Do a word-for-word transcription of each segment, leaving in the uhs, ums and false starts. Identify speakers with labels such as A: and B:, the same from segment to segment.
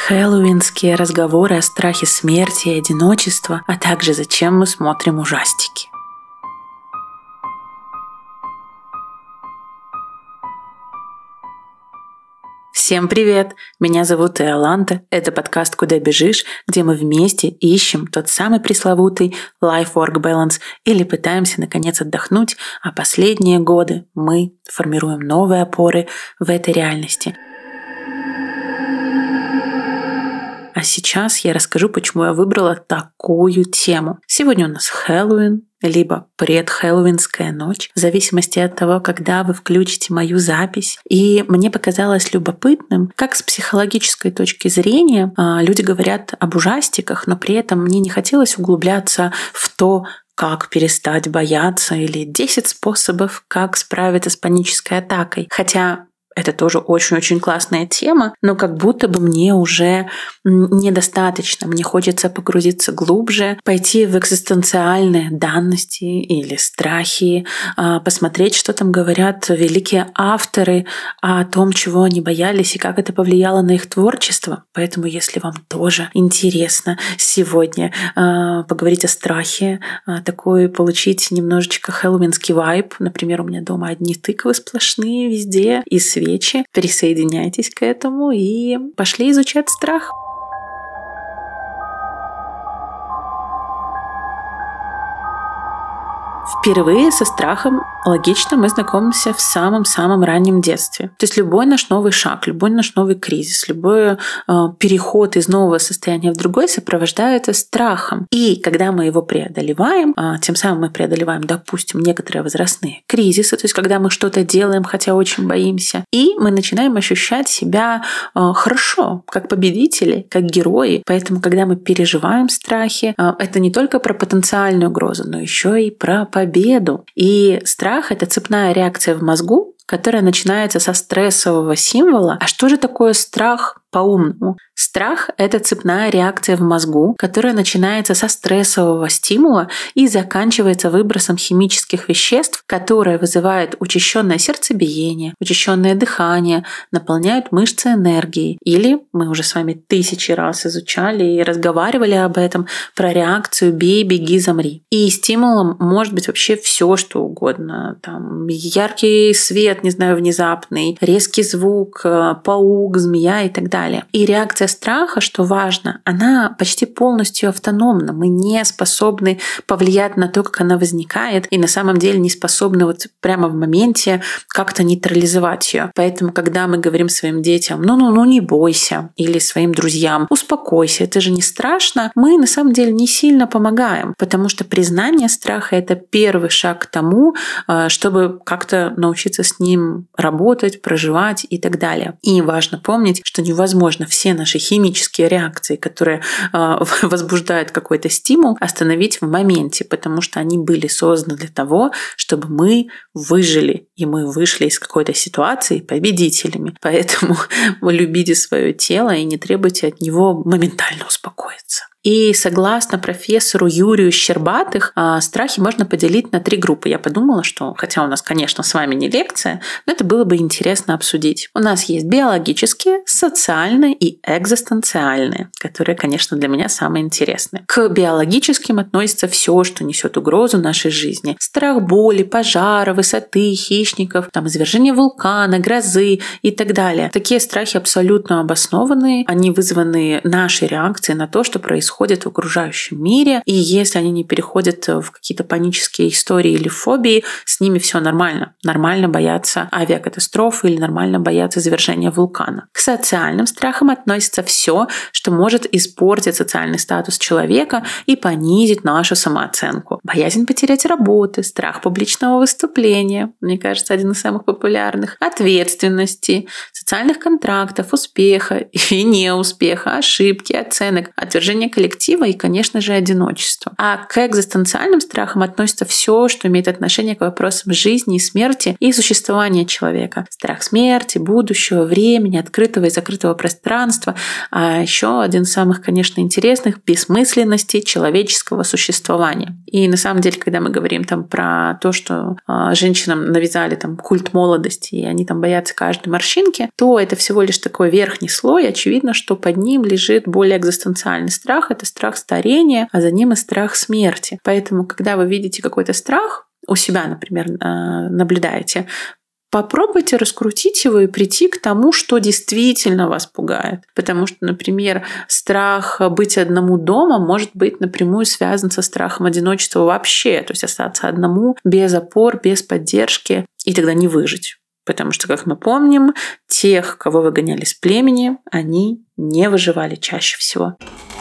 A: Хэллоуинские разговоры о страхе смерти и одиночества, а также зачем мы смотрим ужастики. Всем привет! Меня зовут Иоланта. Это подкаст «Куда бежишь?», где мы вместе ищем тот самый пресловутый life-work balance или пытаемся наконец отдохнуть, а последние годы мы формируем новые опоры в этой реальности. А сейчас я расскажу, почему я выбрала такую тему. Сегодня у нас Хэллоуин, либо предхэллоуинская ночь, в зависимости от того, когда вы включите мою запись. И мне показалось любопытным, как с психологической точки зрения люди говорят об ужастиках, но при этом мне не хотелось углубляться в то, как перестать бояться, или десять способов, как справиться с панической атакой. Хотя это тоже очень-очень классная тема, но как будто бы мне уже недостаточно. Мне хочется погрузиться глубже, пойти в экзистенциальные данности или страхи, посмотреть, что там говорят великие авторы о том, чего они боялись и как это повлияло на их творчество. Поэтому, если вам тоже интересно сегодня поговорить о страхе, такой получить немножечко хэллоуинский вайб, например, у меня дома одни тыквы сплошные везде и свет, присоединяйтесь к этому и пошли изучать страх. Впервые со страхом логично мы знакомимся в самом-самом раннем детстве. То есть любой наш новый шаг, любой наш новый кризис, любой э, переход из нового состояния в другое сопровождается страхом. И когда мы его преодолеваем, э, тем самым мы преодолеваем, допустим, некоторые возрастные кризисы, то есть когда мы что-то делаем, хотя очень боимся, и мы начинаем ощущать себя э, хорошо, как победители, как герои. Поэтому, когда мы переживаем страхи, э, это не только про потенциальную угрозу, но еще и про победу. И страх — это цепная реакция в мозгу, которая начинается со стрессового символа. А что же такое страх по-умному? Страх — это цепная реакция в мозгу, которая начинается со стрессового стимула и заканчивается выбросом химических веществ, которые вызывают учащенное сердцебиение, учащенное дыхание, наполняют мышцы энергией. Или мы уже с вами тысячи раз изучали и разговаривали об этом, про реакцию «бей, беги, замри». И стимулом может быть вообще все, что угодно. Там яркий свет, не знаю, внезапный, резкий звук, паук, змея и так далее. И реакция страха, что важно, она почти полностью автономна. Мы не способны повлиять на то, как она возникает, и на самом деле не способны вот прямо в моменте как-то нейтрализовать ее. Поэтому, когда мы говорим своим детям, ну-ну-ну, не бойся, или своим друзьям, успокойся, это же не страшно, мы на самом деле не сильно помогаем, потому что признание страха — это первый шаг к тому, чтобы как-то научиться с ним работать, проживать и так далее. И важно помнить, что невозможно все наши химические реакции, которые э, возбуждают какой-то стимул, остановить в моменте, потому что они были созданы для того, чтобы мы выжили, и мы вышли из какой-то ситуации победителями. Поэтому вы любите свое тело и не требуйте от него моментально успокоиться. И согласно профессору Юрию Щербатых, страхи можно поделить на три группы. Я подумала, что, хотя у нас, конечно, с вами не лекция, но это было бы интересно обсудить. У нас есть биологические, социальные и экзистенциальные, которые, конечно, для меня самые интересные. К биологическим относится все, что несет угрозу нашей жизни. Страх боли, пожара, высоты, хищников, там, извержения вулкана, грозы и так далее. Такие страхи абсолютно обоснованные, они вызваны нашей реакцией на то, что происходит происходит в окружающем мире, и если они не переходят в какие-то панические истории или фобии, с ними все нормально. Нормально бояться авиакатастрофы или нормально бояться извержения вулкана. К социальным страхам относится все, что может испортить социальный статус человека и понизить нашу самооценку. Боязнь потерять работу, страх публичного выступления, мне кажется, один из самых популярных, ответственности, социальных контрактов, успеха и неуспеха, ошибки, оценок, отвержения коллектива и, конечно же, одиночество. А к экзистенциальным страхам относится все, что имеет отношение к вопросам жизни и смерти и существования человека. Страх смерти, будущего, времени, открытого и закрытого пространства. А еще один из самых, конечно, интересных — бессмысленности человеческого существования. И на самом деле, когда мы говорим там про то, что э, женщинам навязали там культ молодости, и они там боятся каждой морщинки, то это всего лишь такой верхний слой. Очевидно, что под ним лежит более экзистенциальный страх. Это страх старения, а за ним и страх смерти. Поэтому, когда вы видите какой-то страх, у себя, например, наблюдаете, попробуйте раскрутить его и прийти к тому, что действительно вас пугает. Потому что, например, страх быть одному дома может быть напрямую связан со страхом одиночества вообще. То есть остаться одному, без опор, без поддержки, и тогда не выжить. Потому что, как мы помним, тех, кого выгоняли с племени, они не выживали чаще всего.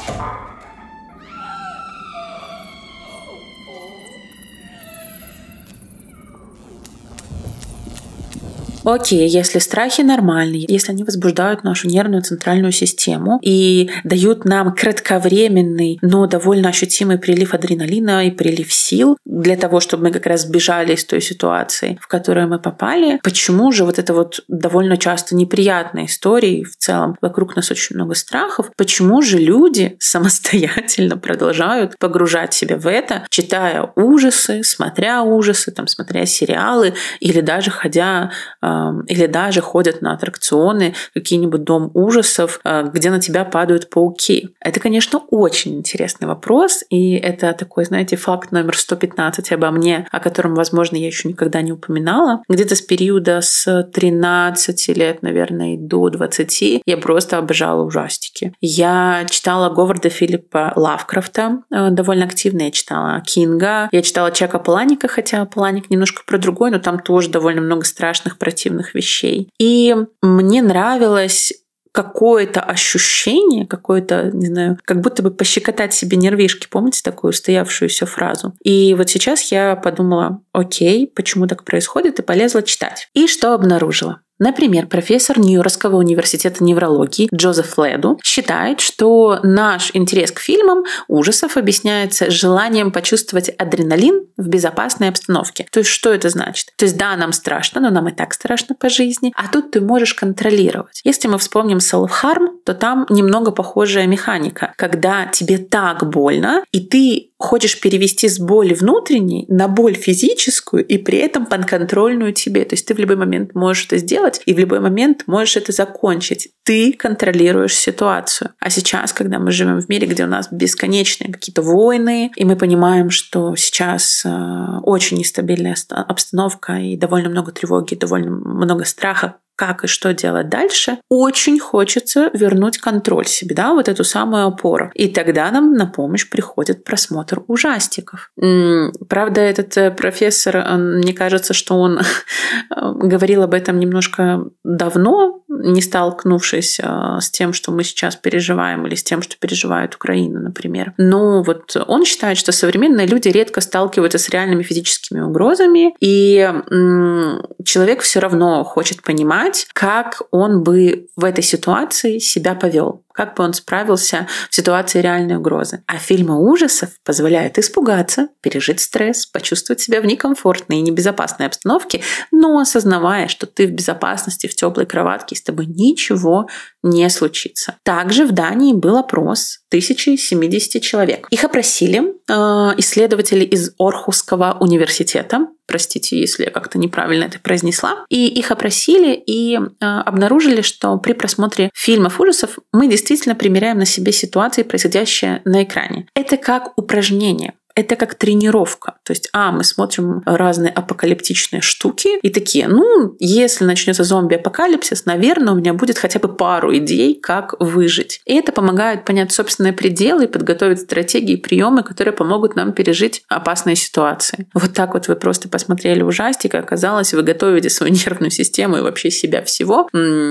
A: Окей, если страхи нормальные, если они возбуждают нашу нервную центральную систему и дают нам кратковременный, но довольно ощутимый прилив адреналина и прилив сил для того, чтобы мы как раз сбежали из той ситуации, в которую мы попали, почему же вот это вот довольно часто неприятная история, в целом вокруг нас очень много страхов, почему же люди самостоятельно продолжают погружать себя в это, читая ужасы, смотря ужасы, там, смотря сериалы или даже ходя или даже ходят на аттракционы, какие-нибудь дом ужасов, где на тебя падают пауки. Это, конечно, очень интересный вопрос, и это такой, знаете, факт номер сто пятнадцать обо мне, о котором, возможно, я еще никогда не упоминала. Где-то с периода с тринадцати лет, наверное, до двадцати я просто обожала ужастики. Я читала Говарда Филиппа Лавкрафта довольно активно, я читала Кинга, я читала Чака Паланика, хотя Паланик немножко про другой, но там тоже довольно много страшных, противных вещей. И мне нравилось какое-то ощущение, какое-то, не знаю, как будто бы пощекотать себе нервишки. Помните такую устоявшуюся фразу? И вот сейчас я подумала, окей, почему так происходит, и полезла читать. И что обнаружила? Например, профессор Нью-Йоркского университета неврологии Джозеф Леду считает, что наш интерес к фильмам ужасов объясняется желанием почувствовать адреналин в безопасной обстановке. То есть что это значит? То есть да, нам страшно, но нам и так страшно по жизни, а тут ты можешь контролировать. Если мы вспомним self-harm, то там немного похожая механика, когда тебе так больно, и ты хочешь перевести с боли внутренней на боль физическую и при этом подконтрольную тебе. То есть ты в любой момент можешь это сделать и в любой момент можешь это закончить. Ты контролируешь ситуацию. А сейчас, когда мы живем в мире, где у нас бесконечные какие-то войны, и мы понимаем, что сейчас очень нестабильная обстановка и довольно много тревоги, довольно много страха, как и что делать дальше, очень хочется вернуть контроль себе, да, вот эту самую опору. И тогда нам на помощь приходит просмотр ужастиков. Правда, этот профессор, мне кажется, что он говорил об этом немножко давно, не столкнувшись с тем, что мы сейчас переживаем, или с тем, что переживает Украина, например. Но вот он считает, что современные люди редко сталкиваются с реальными физическими угрозами, и человек все равно хочет понимать, как он бы в этой ситуации себя повел, как бы он справился в ситуации реальной угрозы. А фильмы ужасов позволяют испугаться, пережить стресс, почувствовать себя в некомфортной и небезопасной обстановке, но осознавая, что ты в безопасности, в теплой кроватке, и с тобой ничего не случится. Также в Дании был опрос тысячи семидесяти человек. Их опросили э, исследователи из Орхусского университета. Простите, если я как-то неправильно это произнесла. И их опросили и э, обнаружили, что при просмотре фильмов ужасов мы действительно примеряем на себе ситуации, происходящие на экране. Это как упражнение. Это как тренировка. То есть, а, мы смотрим разные апокалиптичные штуки и такие, ну, если начнется зомби-апокалипсис, наверное, у меня будет хотя бы пару идей, как выжить. И это помогает понять собственные пределы и подготовить стратегии и приемы, которые помогут нам пережить опасные ситуации. Вот так вот вы просто посмотрели ужастик, и оказалось, вы готовите свою нервную систему и вообще себя всего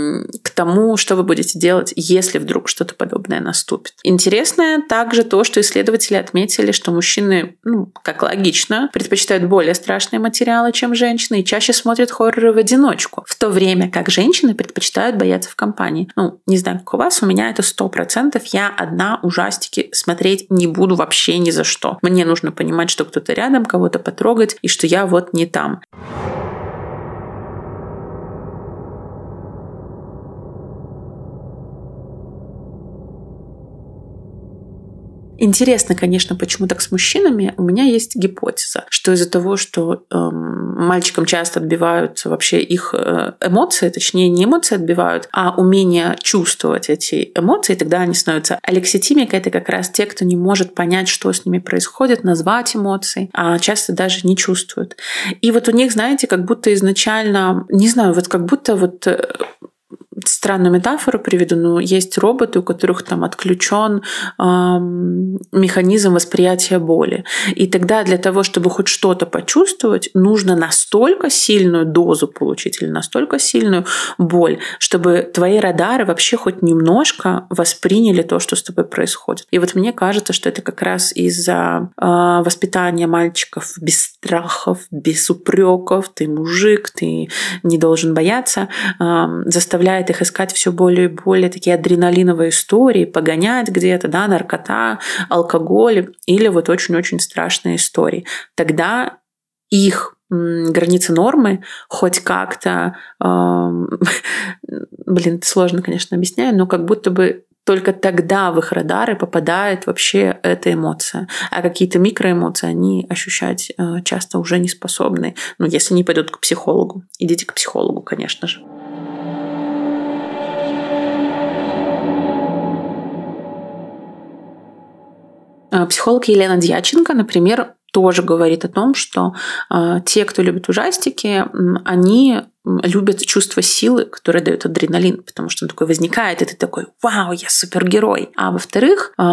A: к тому, что вы будете делать, если вдруг что-то подобное наступит. Интересно также то, что исследователи отметили, что мужчины мужчины, ну, как логично, предпочитают более страшные материалы, чем женщины, и чаще смотрят хорроры в одиночку. В то время как женщины предпочитают бояться в компании. Ну, не знаю, как у вас, у меня это сто процентов. Я одна ужастики смотреть не буду вообще ни за что. Мне нужно понимать, что кто-то рядом, кого-то потрогать, и что я вот не там. Интересно, конечно, почему так с мужчинами. У меня есть гипотеза, что из-за того, что эм, мальчикам часто отбиваются вообще их э, эмоции, точнее не эмоции отбивают, а умение чувствовать эти эмоции, тогда они становятся алекситимикой. Это как раз те, кто не может понять, что с ними происходит, назвать эмоции, а часто даже не чувствуют. И вот у них, знаете, как будто изначально, не знаю, вот как будто вот странную метафору приведу, но есть роботы, у которых там отключен эм, механизм восприятия боли. И тогда для того, чтобы хоть что-то почувствовать, нужно настолько сильную дозу получить или настолько сильную боль, чтобы твои радары вообще хоть немножко восприняли то, что с тобой происходит. И вот мне кажется, что это как раз из-за э, воспитания мальчиков без страхов, без упреков, ты мужик, ты не должен бояться, э, заставляет их искать все более и более такие адреналиновые истории, погонять где-то, да, наркота, алкоголь или вот очень-очень страшные истории. Тогда их границы нормы хоть как-то, э, блин, это сложно, конечно, объясняю, но как будто бы только тогда в их радары попадает вообще эта эмоция. А какие-то микроэмоции они ощущать э, часто уже не способны. Ну, если не пойдут к психологу. Идите к психологу, конечно же. Психолог Елена Дьяченко, например, тоже говорит о том, что э, те, кто любит ужастики, они любят чувство силы, которое дает адреналин, потому что он такой возникает, и ты такой: вау, я супергерой. А во-вторых, э,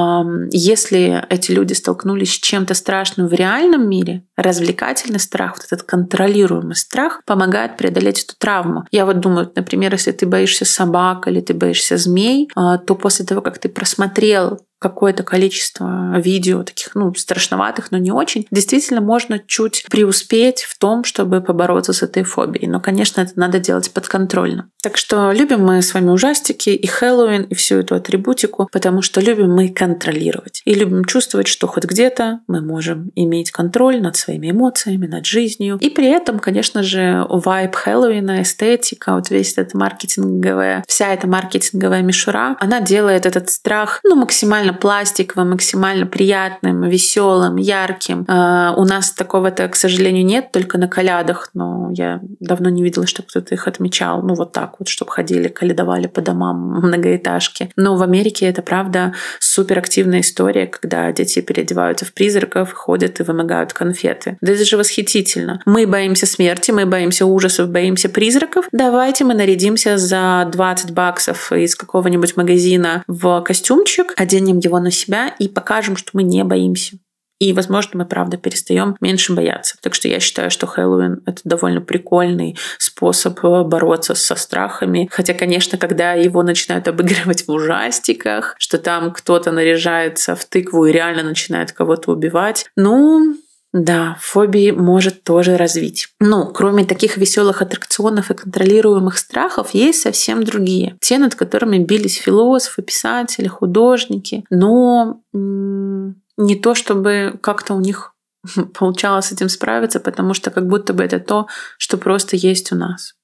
A: если эти люди столкнулись с чем-то страшным в реальном мире, развлекательный страх, вот этот контролируемый страх помогает преодолеть эту травму. Я вот думаю, например, если ты боишься собак или ты боишься змей, э, то после того, как ты просмотрел какое-то количество видео таких, ну, страшноватых, но не очень, действительно можно чуть преуспеть в том, чтобы побороться с этой фобией. Но, конечно, это надо делать подконтрольно. Так что любим мы с вами ужастики и Хэллоуин, и всю эту атрибутику, потому что любим мы контролировать. И любим чувствовать, что хоть где-то мы можем иметь контроль над своими эмоциями, над жизнью. И при этом, конечно же, вайб Хэллоуина, эстетика, вот весь этот маркетинговая, вся эта маркетинговая мишура, она делает этот страх, ну, максимально пластиковым, максимально приятным, веселым, ярким. Uh, у нас такого-то, к сожалению, нет, только на колядах, но я давно не видела, чтобы кто-то их отмечал. Ну, вот так вот, чтобы ходили, колядовали по домам многоэтажки. Но в Америке это, правда, суперактивная история, когда дети переодеваются в призраков, ходят и вымогают конфеты. Да это же восхитительно. Мы боимся смерти, мы боимся ужасов, боимся призраков. Давайте мы нарядимся за двадцать баксов из какого-нибудь магазина в костюмчик, оденем его на себя и покажем, что мы не боимся. И, возможно, мы, правда, перестаем меньше бояться. Так что я считаю, что Хэллоуин — это довольно прикольный способ бороться со страхами. Хотя, конечно, когда его начинают обыгрывать в ужастиках, что там кто-то наряжается в тыкву и реально начинает кого-то убивать, ну... Да, фобии может тоже развить. Ну, кроме таких веселых аттракционов и контролируемых страхов, есть совсем другие. Те, над которыми бились философы, писатели, художники. Но м- не то, чтобы как-то у них получалось с этим справиться, потому что как будто бы это то, что просто есть у нас.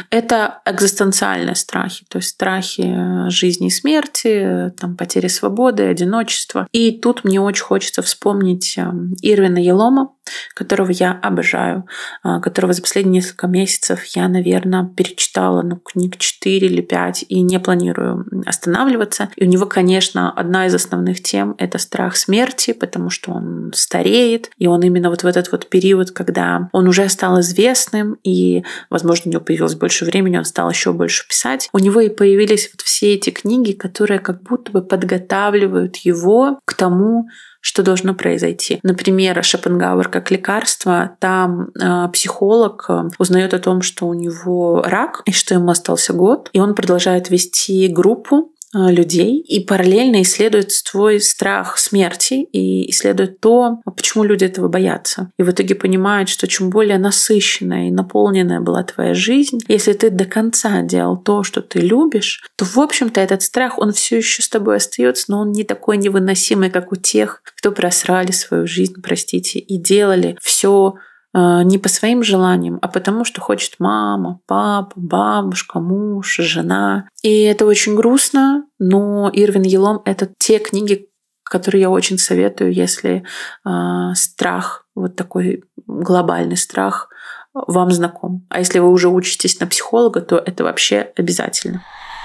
A: Это экзистенциальные страхи, то есть страхи жизни и смерти, там, потери свободы, одиночества. И тут мне очень хочется вспомнить Ирвина Ялома, которого я обожаю, которого за последние несколько месяцев я, наверное, перечитала ну, книг четыре или пять и не планирую останавливаться. И у него, конечно, одна из основных тем — это страх смерти, потому что он стареет, и он именно вот в этот вот период, когда он уже стал известным, и, возможно, у него появилось больше времени, он стал еще больше писать. У него и появились вот все эти книги, которые как будто бы подготавливают его к тому, что должно произойти. Например, Шопенгауэр как лекарство. Там э, психолог э, узнает о том, что у него рак и что ему остался год, и он продолжает вести группу людей и параллельно исследует твой страх смерти и исследует то, почему люди этого боятся. И в итоге понимают, что чем более насыщенная и наполненная была твоя жизнь, если ты до конца делал то, что ты любишь, то, в общем-то, этот страх, он все еще с тобой остается, но он не такой невыносимый, как у тех, кто просрали свою жизнь, простите, и делали все не по своим желаниям, а потому что хочет мама, папа, бабушка, муж, жена. И это очень грустно, но Ирвин Ялом — это те книги, которые я очень советую, если э, страх, вот такой глобальный страх, вам знаком. А если вы уже учитесь на психолога, то это вообще обязательно.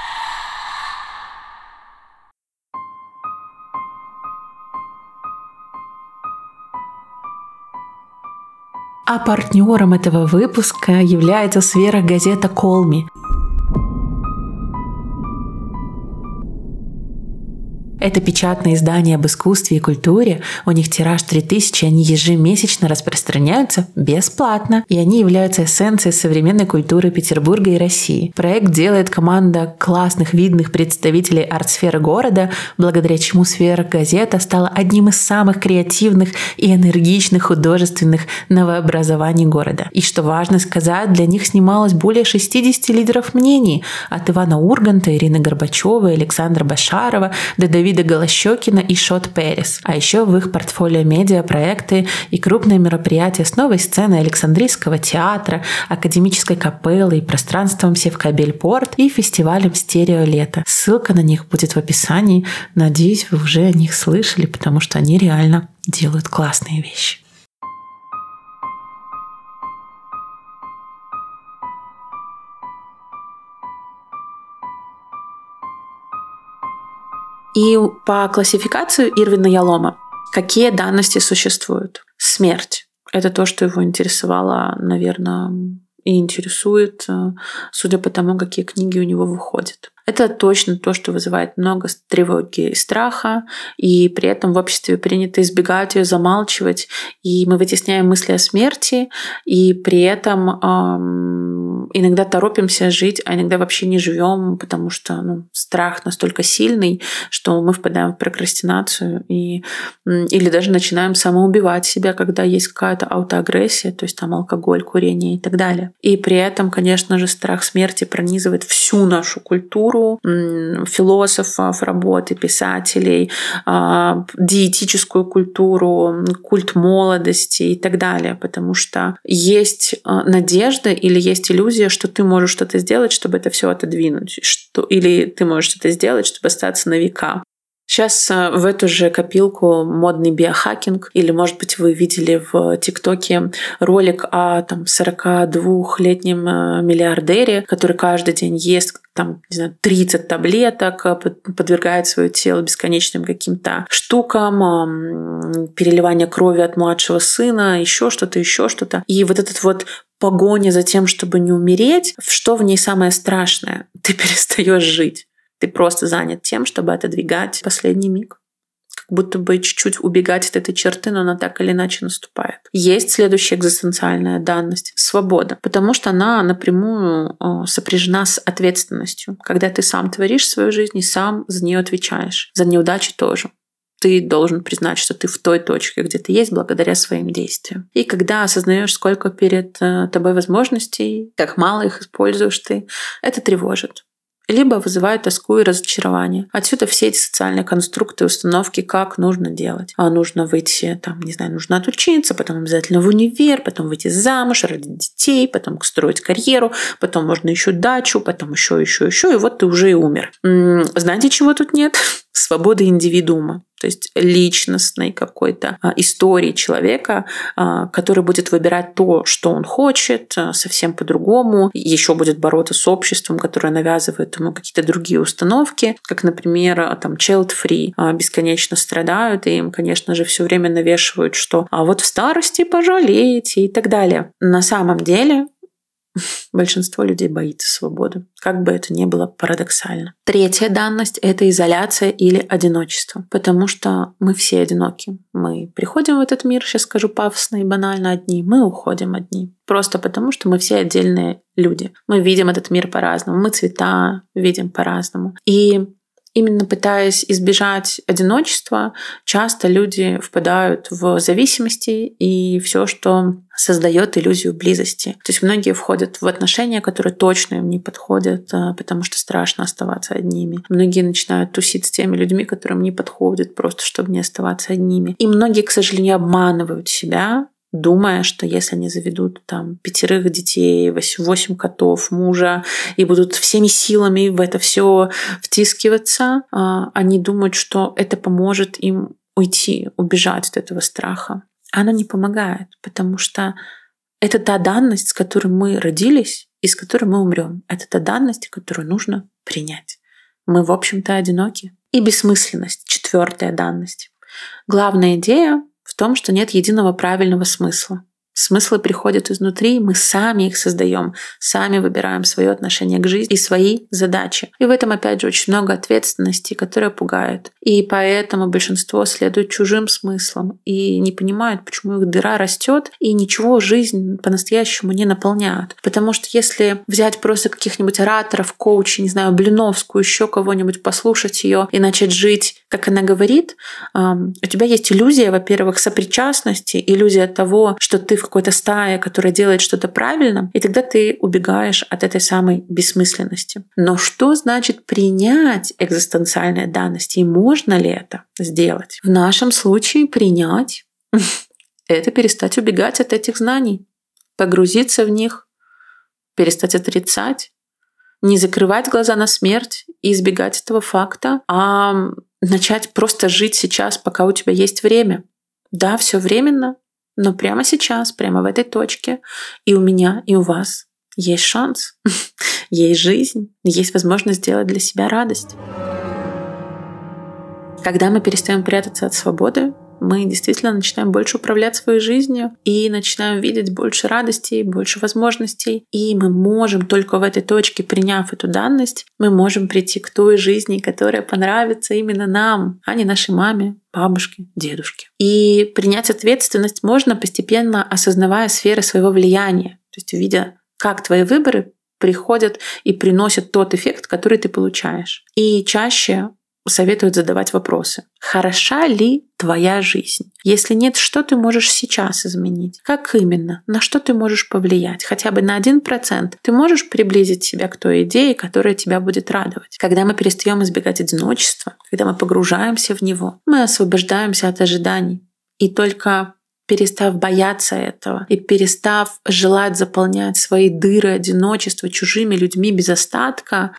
A: А партнером этого выпуска является сфера-газета «Колми». Это печатное издание об искусстве и культуре. У них тираж три тысячи, они ежемесячно распространяются бесплатно. И они являются эссенцией современной культуры Петербурга и России. Проект делает команда классных, видных представителей арт-сферы города, благодаря чему сфера-газета стала одним из самых креативных и энергичных художественных новообразований города. И что важно сказать, для них снималось более шестидесяти лидеров мнений. От Ивана Урганта, Ирины Горбачевой, Александра Башарова до Давида Голощёкина и Шот Перес. А еще в их портфолио медиа проекты и крупные мероприятия с новой сценой Александрийского театра, академической капеллы и пространством Севкабель-Порт и фестивалем «Стерео Лето». Ссылка на них будет в описании. Надеюсь, вы уже о них слышали, потому что они реально делают классные вещи. И по классификации Ирвина Ялома какие данности существуют? Смерть. Это то, что его интересовало, наверное, и интересует, судя по тому, какие книги у него выходят. Это точно то, что вызывает много тревоги и страха, и при этом в обществе принято избегать ее, замалчивать, и мы вытесняем мысли о смерти, и при этом эм, иногда торопимся жить, а иногда вообще не живем, потому что ну, страх настолько сильный, что мы впадаем в прокрастинацию и, или даже начинаем самоубивать себя, когда есть какая-то аутоагрессия, то есть там алкоголь, курение и так далее. И при этом, конечно же, страх смерти пронизывает всю нашу культуру, философов, работы, писателей, диетическую культуру, культ молодости и так далее, потому что есть надежда или есть иллюзия, что ты можешь что-то сделать, чтобы это все отодвинуть, что, или ты можешь что-то сделать, чтобы остаться на века. Сейчас в эту же копилку модный биохакинг, или, может быть, вы видели в ТикТоке ролик о там, сорокадвухлетнем миллиардере, который каждый день ест там, не знаю, тридцать таблеток, подвергает свое тело бесконечным каким-то штукам, переливание крови от младшего сына, еще что-то, еще что-то. И вот этот вот погоня за тем, чтобы не умереть, что в ней самое страшное? Ты перестаешь жить. Ты просто занят тем, чтобы отодвигать последний миг. Как будто бы чуть-чуть убегать от этой черты, но она так или иначе наступает. Есть следующая экзистенциальная данность — свобода, потому что она напрямую сопряжена с ответственностью. Когда ты сам творишь свою жизнь и сам за нее отвечаешь. За неудачи тоже. Ты должен признать, что ты в той точке, где ты есть, благодаря своим действиям. И когда осознаешь, сколько перед тобой возможностей, как мало их используешь ты, это тревожит. Либо вызывает тоску и разочарование. Отсюда все эти социальные конструкты, установки, как нужно делать. А нужно выйти, там, не знаю, нужно отучиться, потом обязательно в универ, потом выйти замуж, родить детей, потом строить карьеру, потом можно еще дачу, потом еще, еще, еще, и вот ты уже и умер. Знаете, чего тут нет? Свободы индивидуума. То есть личностной какой-то а, истории человека, а, который будет выбирать то, что он хочет, а, совсем по-другому, еще будет бороться с обществом, которое навязывает ему какие-то другие установки, как, например, а, там child-free, а, бесконечно страдают, и им, конечно же, все время навешивают, что а вот в старости пожалеете и так далее. На самом деле большинство людей боится свободы, как бы это ни было парадоксально. Третья данность — это изоляция или одиночество, потому что мы все одиноки. Мы приходим в этот мир, сейчас скажу пафосно и банально, одни, мы уходим одни. Просто потому, что мы все отдельные люди. Мы видим этот мир по-разному, мы цвета видим по-разному. И Именно пытаясь избежать одиночества, часто люди впадают в зависимости и все, что создает иллюзию близости. То есть многие входят в отношения, которые точно им не подходят, потому что страшно оставаться одними. Многие начинают тусить с теми людьми, которым не подходят, просто чтобы не оставаться одними. И многие, к сожалению, обманывают себя, думая, что если они заведут там пятерых детей, восемь котов, мужа и будут всеми силами в это все втискиваться, они думают, что это поможет им уйти, убежать от этого страха. Оно не помогает, потому что это та данность, с которой мы родились и с которой мы умрем. Это та данность, которую нужно принять. Мы, в общем-то, одиноки. И бессмысленность — четвертая данность. Главная идея в том, что нет единого правильного смысла. Смыслы приходят изнутри, мы сами их создаем, сами выбираем свое отношение к жизни и свои задачи. И в этом, опять же, очень много ответственности, которая пугает. И поэтому большинство следует чужим смыслам и не понимают, почему их дыра растет, и ничего жизнь по-настоящему не наполняют. Потому что если взять просто каких-нибудь ораторов, коучей, не знаю, Блиновскую, еще кого-нибудь, послушать ее и начать жить, как она говорит, у тебя есть иллюзия, во-первых, сопричастности, иллюзия того, что ты в какой-то стае, которая делает что-то правильно, и тогда ты убегаешь от этой самой бессмысленности. Но что значит принять экзистенциальные данности? И можно ли это сделать? В нашем случае принять — это перестать убегать от этих знаний, погрузиться в них, перестать отрицать, не закрывать глаза на смерть и избегать этого факта, а начать просто жить сейчас, пока у тебя есть время. Да, все временно, но прямо сейчас, прямо в этой точке и у меня, и у вас есть шанс, есть жизнь, есть возможность сделать для себя радость. Когда мы перестаем прятаться от свободы, мы действительно начинаем больше управлять своей жизнью и начинаем видеть больше радостей, больше возможностей. И мы можем только в этой точке, приняв эту данность, мы можем прийти к той жизни, которая понравится именно нам, а не нашей маме, бабушке, дедушке. И принять ответственность можно постепенно, осознавая сферы своего влияния, то есть видя, как твои выборы приходят и приносят тот эффект, который ты получаешь. И чаще советуют задавать вопросы. Хороша ли твоя жизнь? Если нет, что ты можешь сейчас изменить? Как именно? На что ты можешь повлиять? Хотя бы на один процент ты можешь приблизить себя к той идее, которая тебя будет радовать. Когда мы перестаем избегать одиночества, когда мы погружаемся в него, мы освобождаемся от ожиданий. И только перестав бояться этого и перестав желать заполнять свои дыры одиночества чужими людьми без остатка,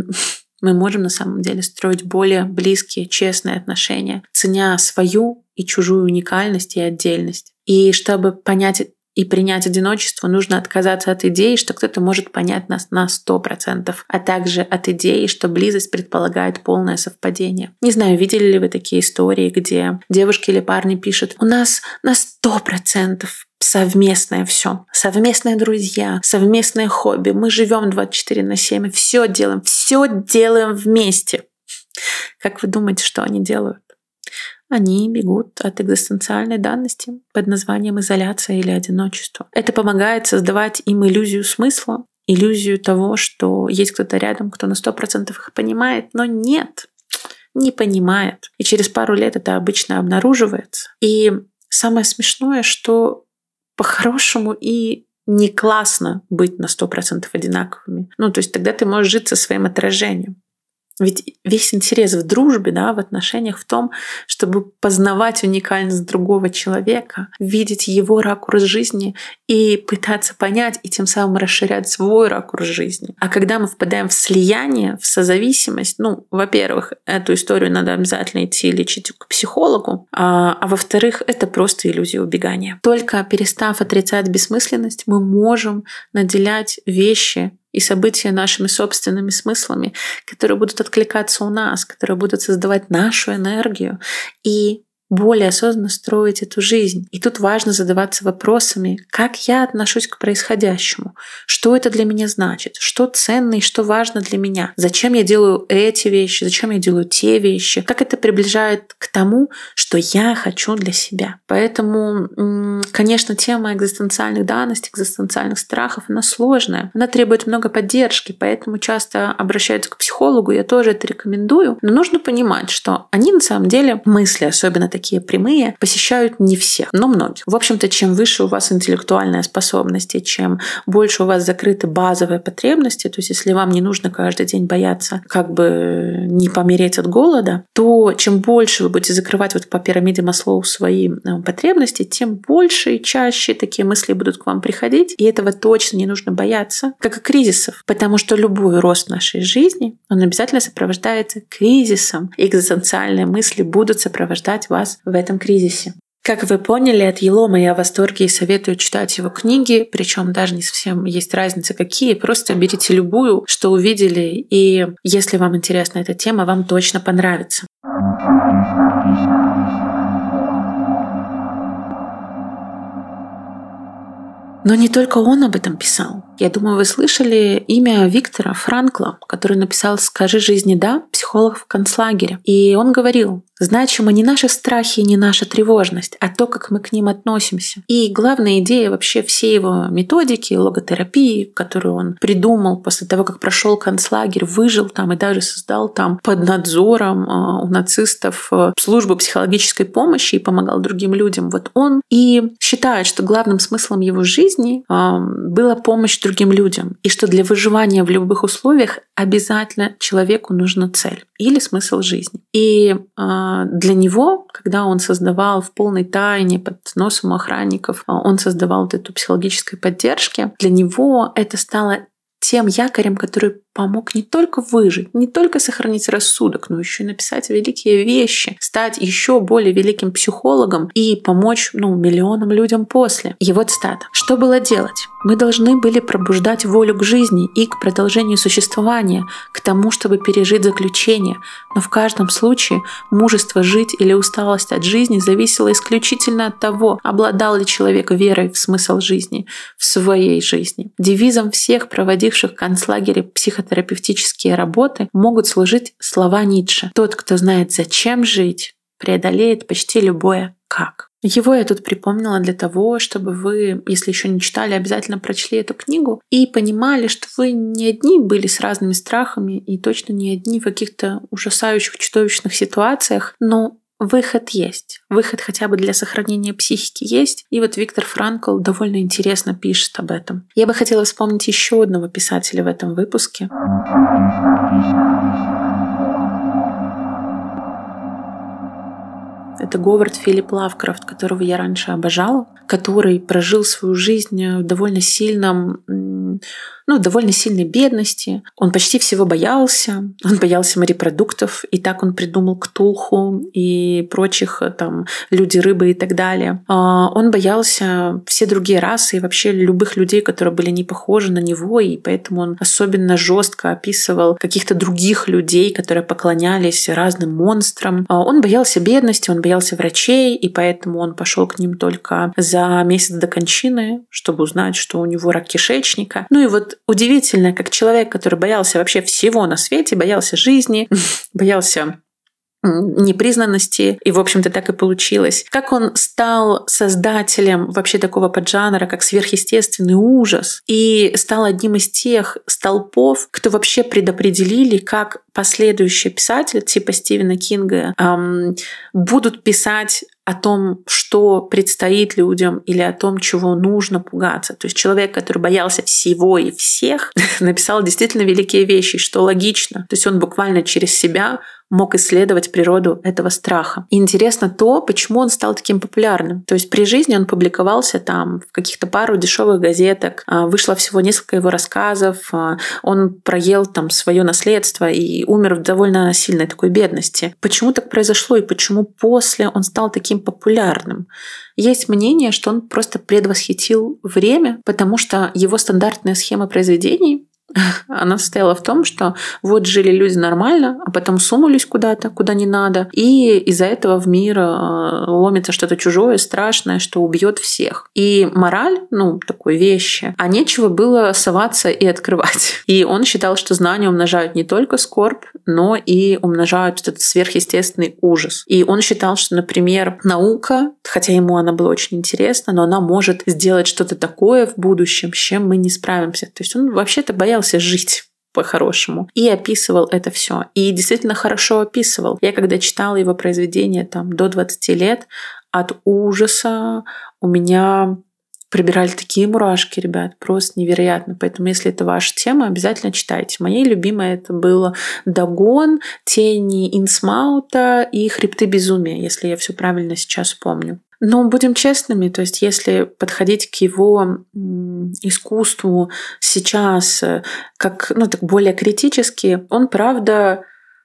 A: мы можем на самом деле строить более близкие, честные отношения, ценя свою и чужую уникальность и отдельность. И чтобы понять и принять одиночество, нужно отказаться от идеи, что кто-то может понять нас на сто процентов, а также от идеи, что близость предполагает полное совпадение. Не знаю, видели ли вы такие истории, где девушки или парни пишут: «У нас на сто процентов совместное все, совместные друзья, совместное хобби, мы живем двадцать четыре на семь, все делаем, все делаем вместе». Как вы думаете, что они делают? Они бегут от экзистенциальной данности под названием изоляция или одиночество. Это помогает создавать им иллюзию смысла, иллюзию того, что есть кто-то рядом, кто на сто процентов их понимает, но нет, не понимает. И через пару лет это обычно обнаруживается. И самое смешное, что по-хорошему и не классно быть на сто процентов одинаковыми. Ну, то есть тогда ты можешь жить со своим отражением. Ведь весь интерес в дружбе, да, в отношениях в том, чтобы познавать уникальность другого человека, видеть его ракурс жизни и пытаться понять, и тем самым расширять свой ракурс жизни. А когда мы впадаем в слияние, в созависимость, ну, во-первых, эту историю надо обязательно идти лечить к психологу, а, а во-вторых, это просто иллюзия убегания. Только перестав отрицать бессмысленность, мы можем наделять вещи и события нашими собственными смыслами, которые будут откликаться у нас, которые будут создавать нашу энергию и более осознанно строить эту жизнь. И тут важно задаваться вопросами, как я отношусь к происходящему, что это для меня значит, что ценно и что важно для меня, зачем я делаю эти вещи, зачем я делаю те вещи, как это приближает к тому, что я хочу для себя. Поэтому, конечно, тема экзистенциальных данностей, экзистенциальных страхов, она сложная, она требует много поддержки, поэтому часто обращаются к психологу, я тоже это рекомендую, но нужно понимать, что они на самом деле, мысли, особенно такие прямые, посещают не всех, но многих. В общем-то, чем выше у вас интеллектуальная способность, чем больше у вас закрыты базовые потребности, то есть если вам не нужно каждый день бояться как бы не помереть от голода, то чем больше вы будете закрывать вот по пирамиде Маслоу свои потребности, тем больше и чаще такие мысли будут к вам приходить, и этого точно не нужно бояться, как и кризисов, потому что любой рост в нашей жизни, он обязательно сопровождается кризисом, и экзистенциальные мысли будут сопровождать вас в этом кризисе. Как вы поняли, от Елома я в восторге и советую читать его книги, причем даже не совсем есть разница какие, просто берите любую, что увидели, и если вам интересна эта тема, вам точно понравится. Но не только он об этом писал. Я думаю, вы слышали имя Виктора Франкла, который написал «Скажи жизни да» психолог в концлагере. И он говорил, значимо не наши страхи и не наша тревожность, а то, как мы к ним относимся. И главная идея вообще всей его методики, логотерапии, которую он придумал после того, как прошел концлагерь, выжил там и даже создал там под надзором у нацистов службу психологической помощи и помогал другим людям. Вот он и считает, что главным смыслом его жизни была помощь другим людям, и что для выживания в любых условиях обязательно человеку нужна цель или смысл жизни. И э, для него, когда он создавал в полной тайне под носом охранников, он создавал вот эту психологическую поддержку, для него это стало тем якорем, который помог не только выжить, не только сохранить рассудок, но еще и написать великие вещи, стать еще более великим психологом и помочь ну, миллионам людям после. Его цитата. «Что было делать? Мы должны были пробуждать волю к жизни и к продолжению существования, к тому, чтобы пережить заключение. Но в каждом случае мужество жить или усталость от жизни зависело исключительно от того, обладал ли человек верой в смысл жизни, в своей жизни. Девизом всех проводивших в концлагере психотерапевтов терапевтические работы могут служить слова Ницше. Тот, кто знает, зачем жить, преодолеет почти любое «как». Его я тут припомнила для того, чтобы вы, если еще не читали, обязательно прочли эту книгу и понимали, что вы не одни были с разными страхами и точно не одни в каких-то ужасающих, чудовищных ситуациях, но выход есть. Выход хотя бы для сохранения психики есть. И вот Виктор Франкл довольно интересно пишет об этом. Я бы хотела вспомнить еще одного писателя в этом выпуске. Это Говард Филипп Лавкрафт, которого я раньше обожала, который прожил свою жизнь в довольно сильном, ну, довольно сильной бедности. Он почти всего боялся. Он боялся морепродуктов, и так он придумал Ктулху и прочих там люди, рыбы и так далее. Он боялся все другие расы и вообще любых людей, которые были не похожи на него, и поэтому он особенно жестко описывал каких-то других людей, которые поклонялись разным монстрам. Он боялся бедности, он боялся врачей, и поэтому он пошел к ним только за месяц до кончины, чтобы узнать, что у него рак кишечника. Ну и вот удивительно, как человек, который боялся вообще всего на свете, боялся жизни, боялся непризнанности, и, в общем-то, так и получилось. Как он стал создателем вообще такого поджанра, как сверхъестественный ужас, и стал одним из тех столпов, кто вообще предопределили, как последующие писатели, типа Стивена Кинга, эм, будут писать о том, что предстоит людям, или о том, чего нужно пугаться. То есть человек, который боялся всего и всех, написал действительно великие вещи, что логично. То есть он буквально через себя мог исследовать природу этого страха. И интересно то, почему он стал таким популярным. То есть при жизни он публиковался там в каких-то пару дешевых газеток, вышло всего несколько его рассказов, он проел там свое наследство и умер в довольно сильной такой бедности. Почему так произошло и почему после он стал таким популярным? Есть мнение, что он просто предвосхитил время, потому что его стандартная схема произведений Она состояла в том, что вот жили люди нормально, а потом сунулись куда-то, куда не надо, и из-за этого в мир ломится что-то чужое, страшное, что убьет всех. И мораль, ну, такой вещи, а нечего было соваться и открывать. И он считал, что знания умножают не только скорбь, но и умножают этот сверхъестественный ужас. И он считал, что, например, наука, хотя ему она была очень интересна, но она может сделать что-то такое в будущем, с чем мы не справимся. То есть он вообще-то боялся жить по-хорошему. И описывал это все. И действительно хорошо описывал. Я когда читала его произведения там, до двадцати лет, от ужаса у меня пробирали такие мурашки, ребят, просто невероятно. Поэтому, если это ваша тема, обязательно читайте. Моей любимой это было «Дагон», «Тени Инсмаута» и «Хребты безумия», если я все правильно сейчас помню. Но будем честными, то есть если подходить к его искусству сейчас как, ну, так более критически, он, правда,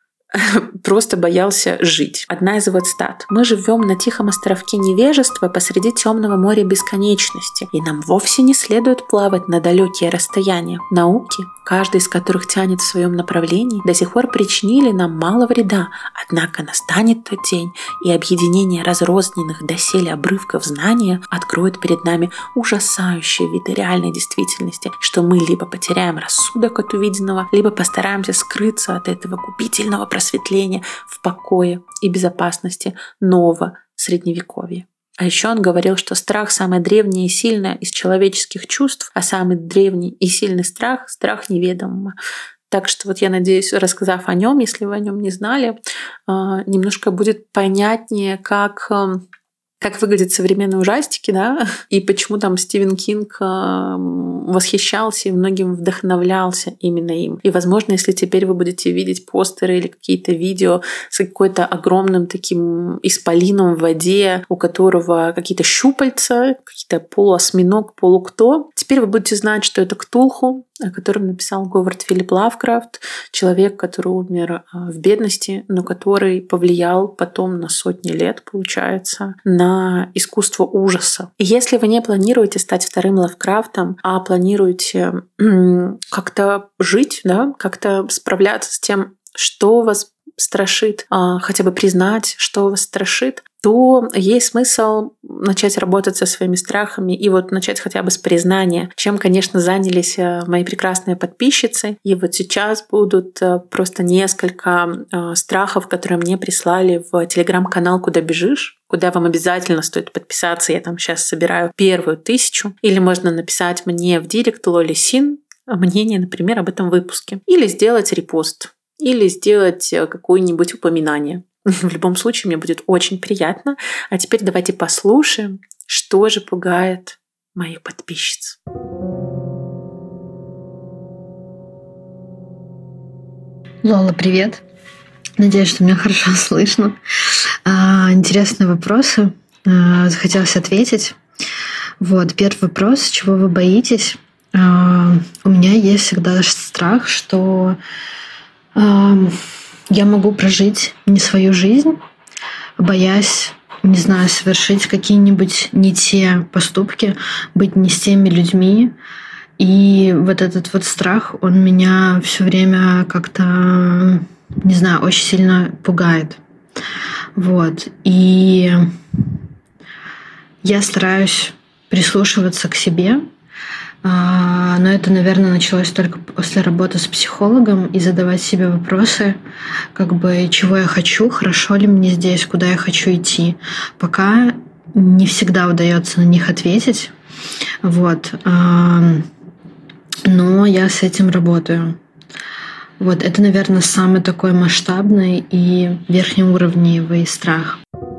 A: просто боялся жить. Одна из его цитат. «Мы живем на тихом островке невежества посреди темного моря бесконечности, и нам вовсе не следует плавать на далекие расстояния. Науки, каждый из которых тянет в своем направлении, до сих пор причинили нам мало вреда, однако настанет тот день, и объединение разрозненных доселе обрывков знания откроет перед нами ужасающие виды реальной действительности, что мы либо потеряем рассудок от увиденного, либо постараемся скрыться от этого губительного просветления в покое и безопасности нового средневековья». А еще он говорил, что страх самое древнее и сильное из человеческих чувств, а самый древний и сильный страх — страх неведомого. Так что вот я надеюсь, рассказав о нем, если вы о нем не знали, немножко будет понятнее, как как выглядят современные ужастики, да, и почему там Стивен Кинг восхищался и многим вдохновлялся именно им. И, возможно, если теперь вы будете видеть постеры или какие-то видео с какой-то огромным таким исполином в воде, у которого какие-то щупальца, какие-то полуосьминог, полукто, теперь вы будете знать, что это Ктулху, о котором написал Говард Филипп Лавкрафт, человек, который умер в бедности, но который повлиял потом на сотни лет, получается, на искусство ужаса. И если вы не планируете стать вторым Лавкрафтом, а планируете как-то жить, да, как-то справляться с тем, что вас страшит, хотя бы признать, что вас страшит, то есть смысл начать работать со своими страхами и вот начать хотя бы с признания, чем, конечно, занялись мои прекрасные подписчицы. И вот сейчас будут просто несколько страхов, которые мне прислали в телеграм-канал «Куда бежишь», куда вам обязательно стоит подписаться. Я там сейчас собираю первую тысячу. Или можно написать мне в директ Лоли Син мнение, например, об этом выпуске. Или сделать репост. Или сделать какое-нибудь упоминание. В любом случае, мне будет очень приятно. А теперь давайте послушаем, что же пугает моих подписчиц.
B: Лола, привет. Надеюсь, что меня хорошо слышно. А, интересные вопросы. А, захотелось ответить. Вот, первый вопрос. Чего вы боитесь? А, у меня есть всегда страх, что а, я могу прожить не свою жизнь, боясь, не знаю, совершить какие-нибудь не те поступки, быть не с теми людьми. И вот этот вот страх, он меня все время как-то, не знаю, очень сильно пугает. Вот. И я стараюсь прислушиваться к себе, но это, наверное, началось только после работы с психологом и задавать себе вопросы, как бы, чего я хочу, хорошо ли мне здесь, куда я хочу идти. Пока не всегда удается на них ответить. Вот. Но я с этим работаю. Вот. Это, наверное, самый такой масштабный и верхнеуровневый страх.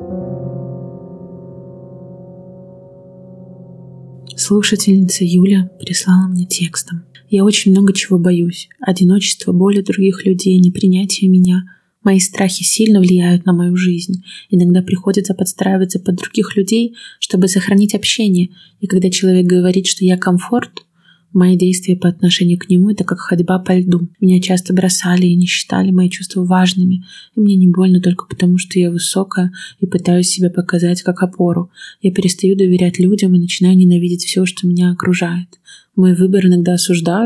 A: Слушательница Юля прислала мне текстом. Я очень много чего боюсь. Одиночество, боли других людей, непринятие меня. Мои страхи сильно влияют на мою жизнь. Иногда приходится подстраиваться под других людей, чтобы сохранить общение. И когда человек говорит, что я комфорт, мои действия по отношению к нему — это как ходьба по льду. Меня часто бросали и не считали мои чувства важными. И мне не больно только потому, что я высокая и пытаюсь себя показать как опору. Я перестаю доверять людям и начинаю ненавидеть все, что меня окружает. Мой выбор иногда осуждают,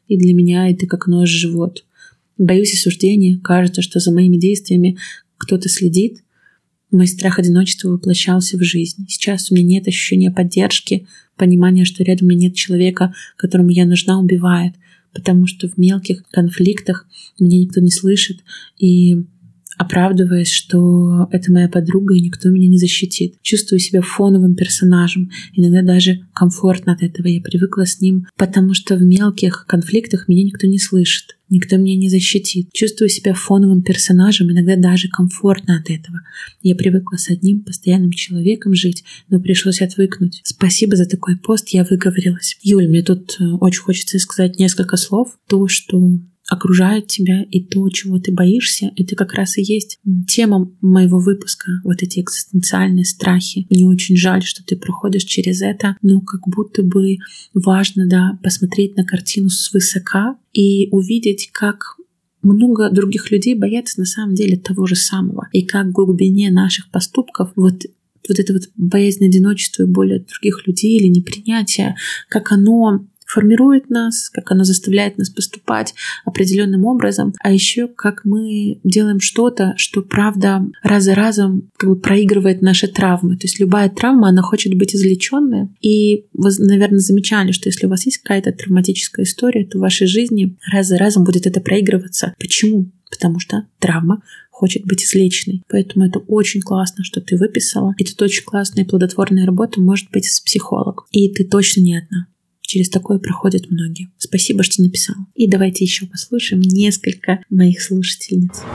A: И для меня это как нож в живот. Боюсь осуждения, кажется, что за моими действиями кто-то следит. Мой страх одиночества воплощался в жизнь. Сейчас у меня нет ощущения поддержки, понимания, что рядом у меня нет человека, которому я нужна, убивает. Потому что в мелких конфликтах меня никто не слышит. И оправдываясь, что это моя подруга, и никто меня не защитит. Чувствую себя фоновым персонажем. Иногда даже комфортно от этого. Я привыкла с ним, потому что в мелких конфликтах меня никто не слышит. Никто меня не защитит. Чувствую себя фоновым персонажем, иногда даже комфортно от этого. Я привыкла с одним постоянным человеком жить, но пришлось отвыкнуть. Спасибо за такой пост, я выговорилась. Юль, мне тут очень хочется сказать несколько слов. То, что окружает тебя, и то, чего ты боишься, это как раз и есть тема моего выпуска. Вот эти экзистенциальные страхи. Мне очень жаль, что ты проходишь через это, но как будто бы важно, да, посмотреть на картину свысока и увидеть, как много других людей боятся на самом деле того же самого. И как в глубине наших поступков вот вот это вот боязнь одиночества и боль от других людей или непринятие, как оно формирует нас, как оно заставляет нас поступать определенным образом, а еще как мы делаем что-то, что, правда, раз за разом как бы проигрывает наши травмы. То есть любая травма, она хочет быть излеченной. И вы, наверное, замечали, что если у вас есть какая-то травматическая история, то в вашей жизни раз за разом будет это проигрываться. Почему? Потому что травма хочет быть излеченной. Поэтому это очень классно, что ты выписала. И тут очень классная и плодотворная работа может быть с психологом. И ты точно не одна. Через такое проходят многие. Спасибо, что написала. И давайте еще послушаем несколько моих слушательниц.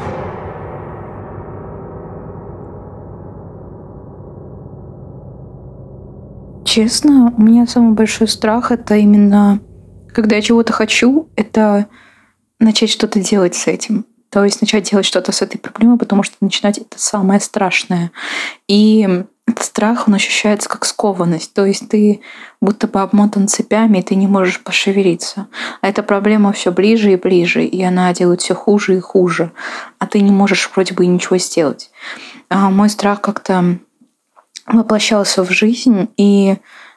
C: Честно, у меня самый большой страх — это именно, когда я чего-то хочу, это начать что-то делать с этим. То есть начать делать что-то с этой проблемой, потому что начинать — это самое страшное. И этот страх, он ощущается как скованность. То есть ты будто бы обмотан цепями, и ты не можешь пошевелиться. А эта проблема все ближе и ближе, и она делает все хуже и хуже. А ты не можешь вроде бы ничего сделать. А мой страх как-то воплощался в жизнь, и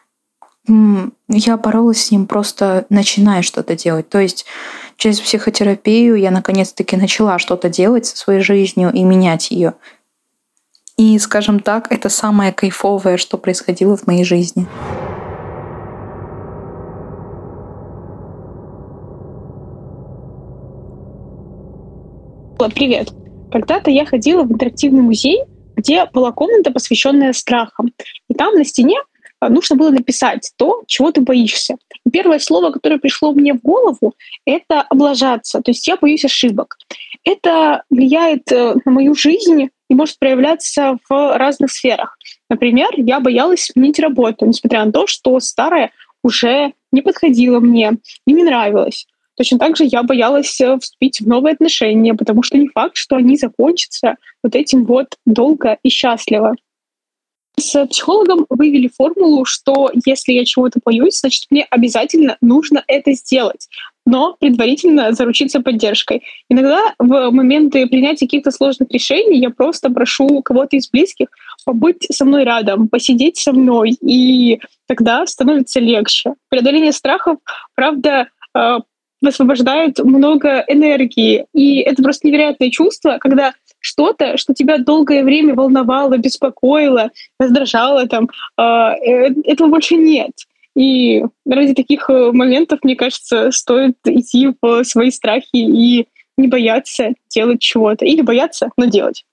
C: я боролась с ним, просто начиная что-то делать. То есть через психотерапию я наконец-таки начала что-то делать со своей жизнью и менять ее. И, скажем так, это самое кайфовое, что происходило в моей жизни.
D: Привет. Когда-то я ходила в интерактивный музей, где была комната, посвященная страхам. И там на стене нужно было написать то, чего ты боишься. И первое слово, которое пришло мне в голову, это облажаться. То есть я боюсь ошибок. Это влияет на мою жизнь и может проявляться в разных сферах. Например, я боялась сменить работу, несмотря на то, что старая уже не подходила мне, не мне нравилась. Точно так же я боялась вступить в новые отношения, потому что не факт, что они закончатся вот этим вот долго и счастливо. С психологом вывели формулу, что если я чего-то боюсь, значит, мне обязательно нужно это сделать, но предварительно заручиться поддержкой. Иногда в моменты принятия каких-то сложных решений я просто прошу кого-то из близких побыть со мной рядом, посидеть со мной, и тогда становится легче. Преодоление страхов, правда, высвобождает много энергии, и это просто невероятное чувство, когда что-то, что тебя долгое время волновало, беспокоило, раздражало, там, этого больше нет. И ради таких моментов, мне кажется, стоит идти в свои страхи и не бояться делать чего-то. Или бояться, но делать.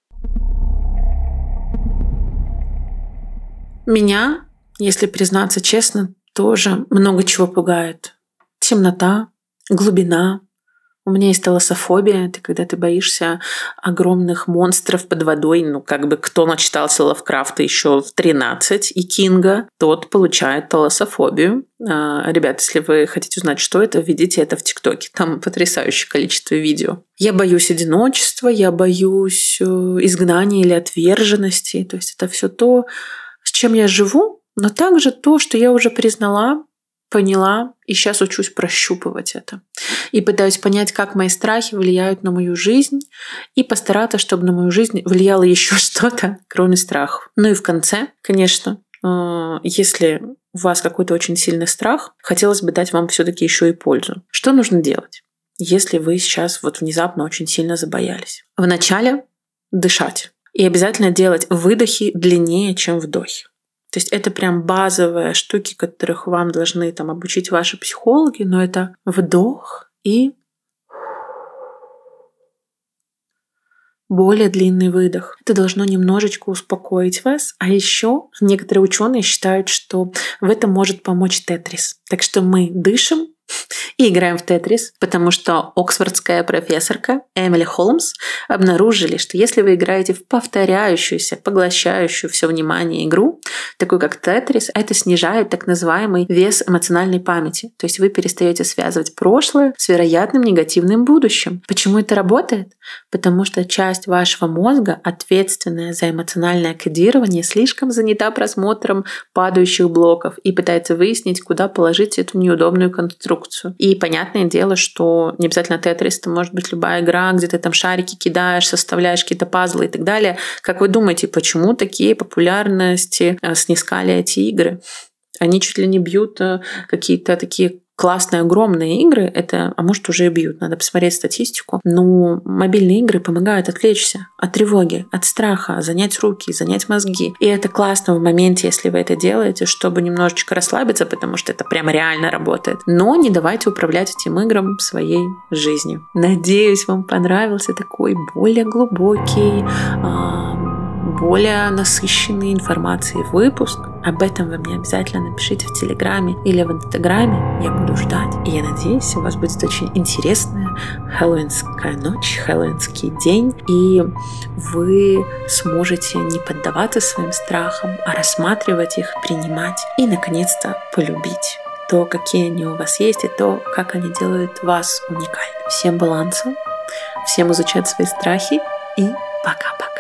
A: Меня, если признаться честно, тоже много чего пугает. Темнота, глубина. У меня есть талассофобия. Это когда ты боишься огромных монстров под водой. Ну, как бы кто начитался Лавкрафта еще в тринадцать и Кинга, тот получает талассофобию. А, ребят, если вы хотите узнать, что это, введите это в ТикТоке. Там потрясающее количество видео. Я боюсь одиночества, я боюсь изгнания или отверженности. То есть это все то, с чем я живу, но также то, что я уже признала, поняла, и сейчас учусь прощупывать это. И пытаюсь понять, как мои страхи влияют на мою жизнь, и постараться, чтобы на мою жизнь влияло еще что-то, кроме страхов. Ну и в конце, конечно, если у вас какой-то очень сильный страх, хотелось бы дать вам все-таки еще и пользу. Что нужно делать, если вы сейчас вот внезапно очень сильно забоялись? Вначале дышать. И обязательно делать выдохи длиннее, чем вдохи. То есть это прям базовые штуки, которых вам должны там обучить ваши психологи, но это вдох и более длинный выдох. Это должно немножечко успокоить вас. А еще некоторые ученые считают, что в этом может помочь тетрис. Так что мы дышим и играем в тетрис, потому что оксфордская профессорка Эмили Холмс обнаружили, что если вы играете в повторяющуюся, поглощающую все внимание игру, такую как тетрис, это снижает так называемый вес эмоциональной памяти. То есть вы перестаете связывать прошлое с вероятным негативным будущим. Почему это работает? Потому что часть вашего мозга, ответственная за эмоциональное кодирование, слишком занята просмотром падающих блоков и пытается выяснить, куда положить эту неудобную конструкцию. И понятное дело, что не обязательно тетрис, это может быть любая игра, где ты там шарики кидаешь, составляешь какие-то пазлы и так далее. Как вы думаете, почему такие популярности снискали эти игры? Они чуть ли не бьют какие-то такие классные, огромные игры, это, а может, уже и бьют, надо посмотреть статистику. Но мобильные игры помогают отвлечься от тревоги, от страха, занять руки, занять мозги. И это классно в моменте, если вы это делаете, чтобы немножечко расслабиться, потому что это прям реально работает. Но не давайте управлять этим играм своей жизнью. Надеюсь, вам понравился такой более глубокий, более насыщенный информацией выпуск. Об этом вы мне обязательно напишите в Телеграме или в Инстаграме. Я буду ждать. И я надеюсь, у вас будет очень интересная хэллоуинская ночь, хэллоуинский день. И вы сможете не поддаваться своим страхам, а рассматривать их, принимать и, наконец-то, полюбить то, какие они у вас есть, и то, как они делают вас уникальным. Всем баланса, всем изучать свои страхи и пока-пока.